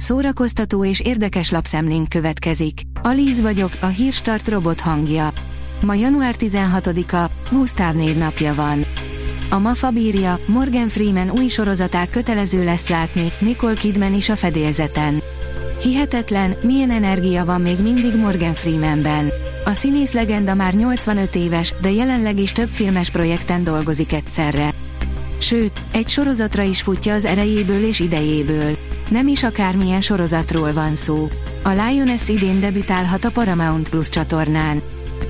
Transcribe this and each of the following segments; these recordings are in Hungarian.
szórakoztató és érdekes lapszemlénk következik. Alíz vagyok, a Hírstart robot hangja. Ma január 16-a, Gusztáv névnapja van. A MAFA bírja, Morgan Freeman új sorozatát kötelező lesz látni, Nicole Kidman is a fedélzeten. Hihetetlen, milyen energia van még mindig Morgan Freemanben. A színész legenda már 85 éves, de jelenleg is több filmes projekten dolgozik egyszerre. Sőt, egy sorozatra is futja az erejéből és idejéből. Nem is akármilyen sorozatról van szó. A Lioness idén debütálhat a Paramount Plus csatornán.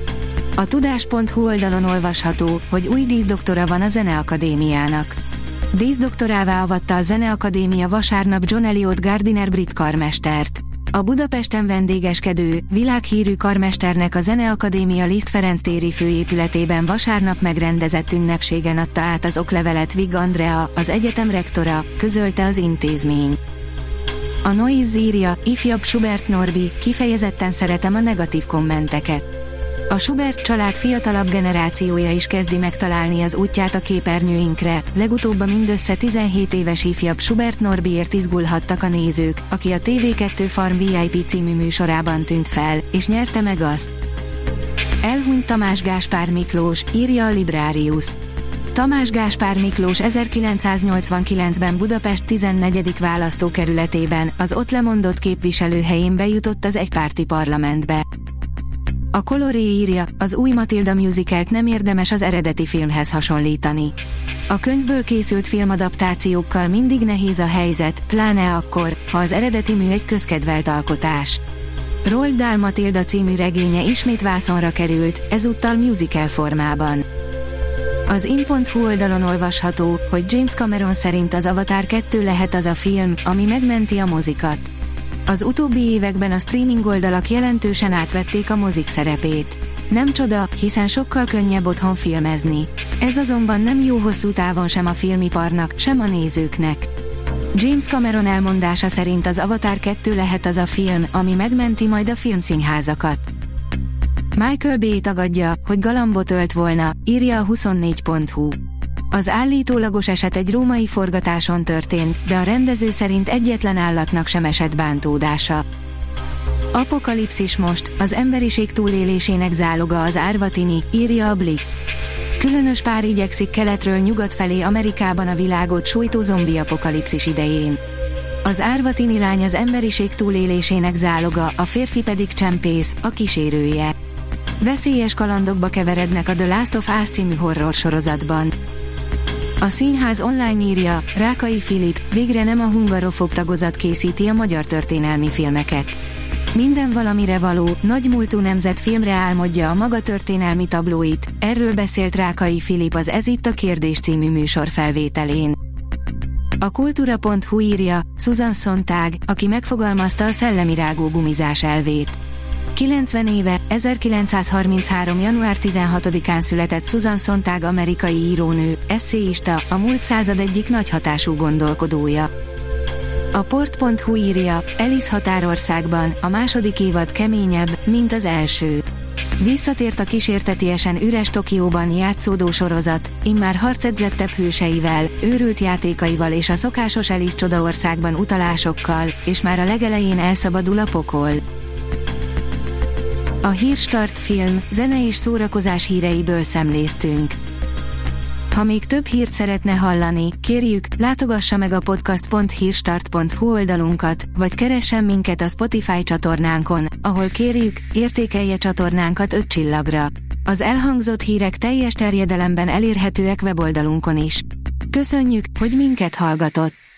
A tudás.hu oldalon olvasható, hogy új díszdoktora van a Zeneakadémiának. Díszdoktorává avatta a Zeneakadémia vasárnap John Eliot Gardiner brit karmestert. A Budapesten vendégeskedő, világhírű karmesternek a Zeneakadémia Liszt Ferenc téri főépületében vasárnap megrendezett ünnepségen adta át az oklevelet Vig Andrea, az egyetem rektora, közölte az intézmény. A Noise írja, ifjabb Schubert Norbi, kifejezetten szeretem a negatív kommenteket. A Schubert család fiatalabb generációja is kezdi megtalálni az útját a képernyőinkre, legutóbb a mindössze 17 éves ifjabb Schubert Norbiért izgulhattak a nézők, aki a TV2 Farm VIP című műsorában tűnt fel, és nyerte meg azt. Elhunyt Tamás Gáspár Miklós, írja a Librarius. Tamás Gáspár Miklós 1989-ben Budapest 14. választókerületében, az ott lemondott képviselőhelyén bejutott az egypárti parlamentbe. A Coloré írja, az új Matilda musicalt nem érdemes az eredeti filmhez hasonlítani. A könyvből készült filmadaptációkkal mindig nehéz a helyzet, pláne akkor, ha az eredeti mű egy közkedvelt alkotás. Roald Dahl Matilda című regénye ismét vászonra került, ezúttal musical formában. Az in.hu oldalon olvasható, hogy James Cameron szerint az Avatar 2 lehet az a film, ami megmenti a mozikat. Az utóbbi években a streaming oldalak jelentősen átvették a mozik szerepét. Nem csoda, hiszen sokkal könnyebb otthon filmezni. Ez azonban nem jó hosszú távon sem a filmiparnak, sem a nézőknek. James Cameron elmondása szerint az Avatar 2 lehet az a film, ami megmenti majd a filmszínházakat. Michael Bay tagadja, hogy galambot ölt volna, írja a 24.hu. Az állítólagos eset egy római forgatáson történt, de a rendező szerint egyetlen állatnak sem esett bántódása. Apokalipszis most, az emberiség túlélésének záloga az Árvatini, írja a Blick. Különös pár igyekszik keletről nyugat felé Amerikában a világot sújtó zombi apokalipszis idején. Az Árvatini lány az emberiség túlélésének záloga, a férfi pedig csempész, a kísérője. Veszélyes kalandokba keverednek a The Last of Us című horror sorozatban. A Színház online írja, Rákai Filip, végre nem a hungarofób tagozat készíti a magyar történelmi filmeket. Minden valamire való, nagy múltú nemzet filmre álmodja a maga történelmi tablóit, erről beszélt Rákai Filip az Ez itt a kérdés című műsor felvételén. A kultúra.hu írja, Susan Sontag, aki megfogalmazta a szellemi rágógumizás elvét. 90 éve, 1933. január 16-án született Susan Sontag amerikai írónő, esszéista, a múlt század egyik nagy hatású gondolkodója. A port.hu írja, Alice Határországban, a második évad keményebb, mint az első. Visszatért a kísértetiesen üres Tokióban játszódó sorozat, immár harcedzettebb hőseivel, őrült játékaival és a szokásos Alice Csodaországban utalásokkal, és már a legelején elszabadul a pokol. A Hírstart film, zene és szórakozás híreiből szemléztünk. Ha még több hírt szeretne hallani, kérjük, látogassa meg a podcast.hírstart.hu oldalunkat, vagy keressen minket a Spotify csatornánkon, ahol kérjük, értékelje csatornánkat 5 csillagra. Az elhangzott hírek teljes terjedelemben elérhetőek weboldalunkon is. Köszönjük, hogy minket hallgatott!